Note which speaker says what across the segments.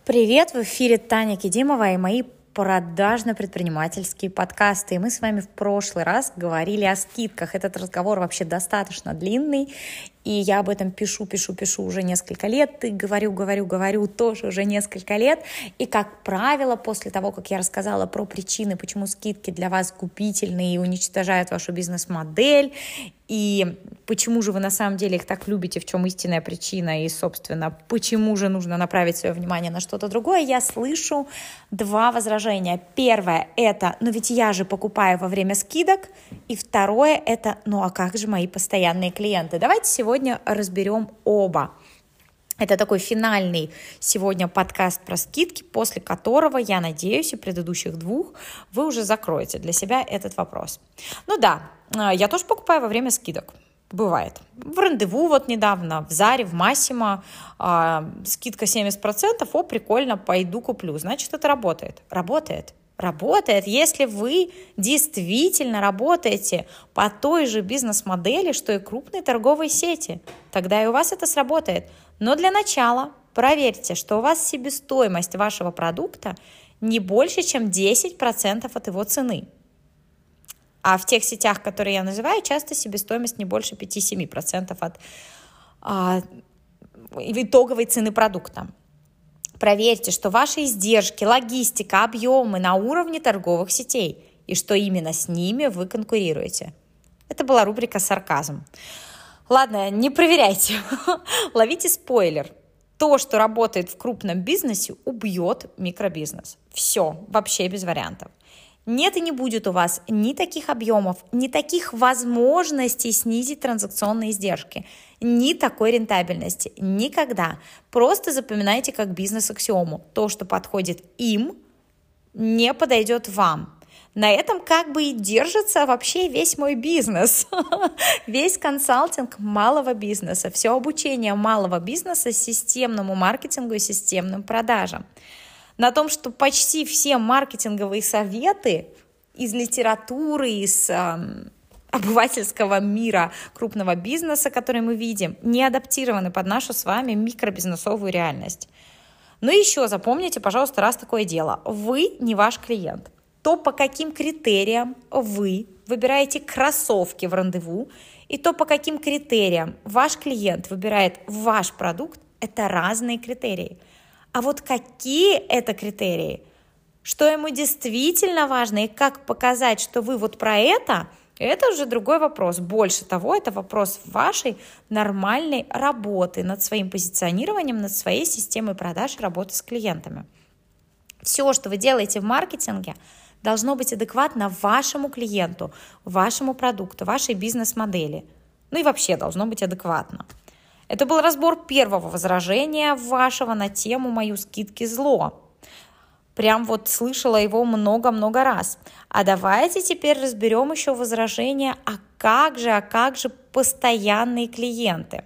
Speaker 1: Привет, в эфире Таня Кидимова и мои продажно-предпринимательские подкасты. И мы с вами в прошлый раз говорили о скидках. Этот разговор вообще достаточно длинный, и я об этом пишу уже несколько лет, и говорю тоже уже несколько лет. И, как правило, после того, как я рассказала про причины, почему скидки для вас губительны и уничтожают вашу бизнес-модель, и почему же вы на самом деле их так любите, в чем истинная причина, и, собственно, почему же нужно направить свое внимание на что-то другое, я слышу два возражения. Первое – это «ну ведь я же покупаю во время скидок», и второе – это «ну а как же мои постоянные клиенты?». Давайте сегодня разберем оба. Это такой финальный сегодня подкаст про скидки, после которого, я надеюсь, и предыдущих двух вы уже закроете для себя этот вопрос. Ну да, я тоже покупаю во время скидок. Бывает. В Рандеву вот недавно, в Заре, в Массимо скидка 70%, о, прикольно, пойду куплю. Значит, это работает. Работает, если вы действительно работаете по той же бизнес-модели, что и крупные торговые сети. Тогда и у вас это сработает. Но для начала проверьте, что у вас себестоимость вашего продукта не больше, чем 10% от его цены. А в тех сетях, которые я называю, часто себестоимость не больше 5-7% от итоговой цены продукта. Проверьте, что ваши издержки, логистика, объемы на уровне торговых сетей и что именно с ними вы конкурируете. Это была рубрика «Сарказм». Ладно, не проверяйте, ловите спойлер. То, что работает в крупном бизнесе, убьет микробизнес. Все, вообще без вариантов. Нет и не будет у вас ни таких объемов, ни таких возможностей снизить транзакционные издержки, ни такой рентабельности. Никогда. Просто запоминайте как бизнес-аксиому. То, что подходит им, не подойдет вам. На этом как бы и держится вообще весь мой бизнес, весь консалтинг малого бизнеса, все обучение малого бизнеса системному маркетингу и системным продажам. На том, что почти все маркетинговые советы из литературы, из обывательского мира крупного бизнеса, который мы видим, не адаптированы под нашу с вами микробизнесовую реальность. Но еще запомните, пожалуйста, раз такое дело. Вы не ваш клиент. То, по каким критериям вы выбираете кроссовки в Рандеву, и то, по каким критериям ваш клиент выбирает ваш продукт, это разные критерии. А вот какие это критерии, что ему действительно важно и как показать, что вы вот про это уже другой вопрос. Больше того, это вопрос вашей нормальной работы над своим позиционированием, над своей системой продаж и работы с клиентами. Все, что вы делаете в маркетинге, должно быть адекватно вашему клиенту, вашему продукту, вашей бизнес-модели. Ну и вообще должно быть адекватно. Это был разбор первого возражения вашего на тему «Мою скидки зло». Прям вот слышала его много-много раз. А давайте теперь разберем еще возражение «А как же постоянные клиенты?»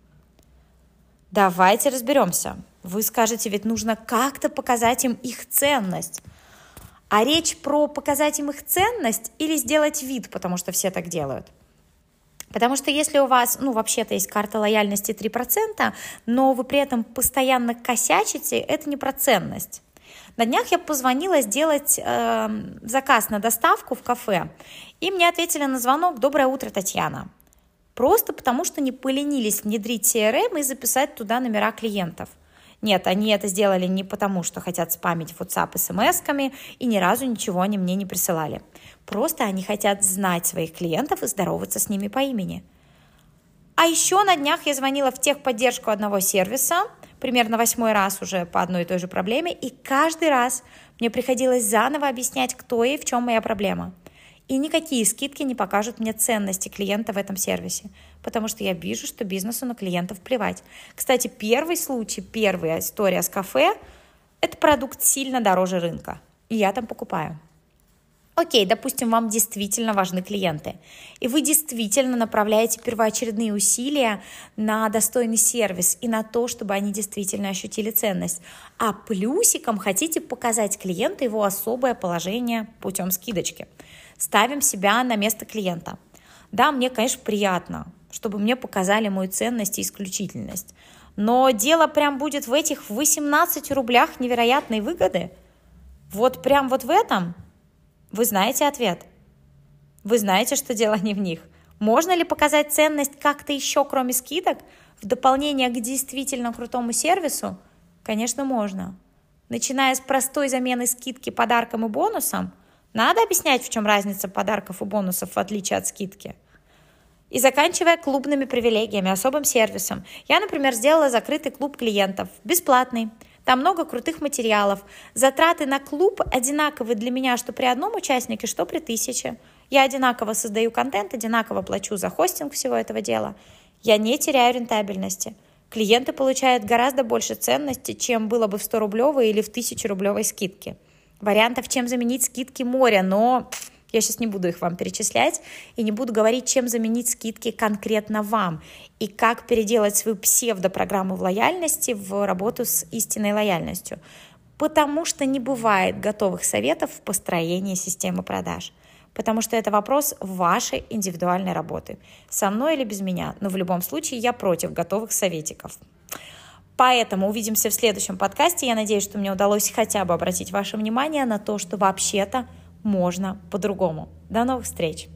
Speaker 1: Давайте разберемся. Вы скажете, ведь нужно как-то показать им их ценность. А речь про показать им их ценность или сделать вид, потому что все так делают? Потому что если у вас, вообще-то есть карта лояльности 3%, но вы при этом постоянно косячите, это не про ценность. На днях я позвонила сделать заказ на доставку в кафе, и мне ответили на звонок: «Доброе утро, Татьяна». Просто потому, что не поленились внедрить CRM и записать туда номера клиентов. Нет, они это сделали не потому, что хотят спамить WhatsApp смс-ками, и ни разу ничего они мне не присылали. Просто они хотят знать своих клиентов и здороваться с ними по имени. А еще на днях я звонила в техподдержку одного сервиса, примерно 8-й раз уже по одной и той же проблеме, и каждый раз мне приходилось заново объяснять, кто и в чем моя проблема. И никакие скидки не покажут мне ценности клиента в этом сервисе, потому что я вижу, что бизнесу на клиентов плевать. Кстати, первая история с кафе – это продукт сильно дороже рынка, и я там покупаю. Окей, допустим, вам действительно важны клиенты, и вы действительно направляете первоочередные усилия на достойный сервис и на то, чтобы они действительно ощутили ценность. А плюсиком хотите показать клиенту его особое положение путем скидочки. Ставим себя на место клиента. Да, мне, конечно, приятно, чтобы мне показали мою ценность и исключительность. Но дело прям будет в этих 18 рублях невероятной выгоды. Вот прям вот в этом вы знаете ответ. Вы знаете, что дело не в них. Можно ли показать ценность как-то еще, кроме скидок, в дополнение к действительно крутому сервису? Конечно, можно. Начиная с простой замены скидки подарком и бонусом, надо объяснять, в чем разница подарков и бонусов в отличие от скидки. И заканчивая клубными привилегиями, особым сервисом. Я, например, сделала закрытый клуб клиентов, бесплатный. Там много крутых материалов. Затраты на клуб одинаковые для меня, что при одном участнике, что при 1000. Я одинаково создаю контент, одинаково плачу за хостинг всего этого дела. Я не теряю рентабельности. Клиенты получают гораздо больше ценности, чем было бы в 100-рублевой или в 1000-рублевой скидке. Вариантов, чем заменить скидки, море, но я сейчас не буду их вам перечислять и не буду говорить, чем заменить скидки конкретно вам и как переделать свою псевдопрограмму в лояльности в работу с истинной лояльностью. Потому что не бывает готовых советов в построении системы продаж. Потому что это вопрос вашей индивидуальной работы. Со мной или без меня. Но в любом случае я против готовых советиков. Поэтому увидимся в следующем подкасте. Я надеюсь, что мне удалось хотя бы обратить ваше внимание на то, что вообще-то можно по-другому. До новых встреч!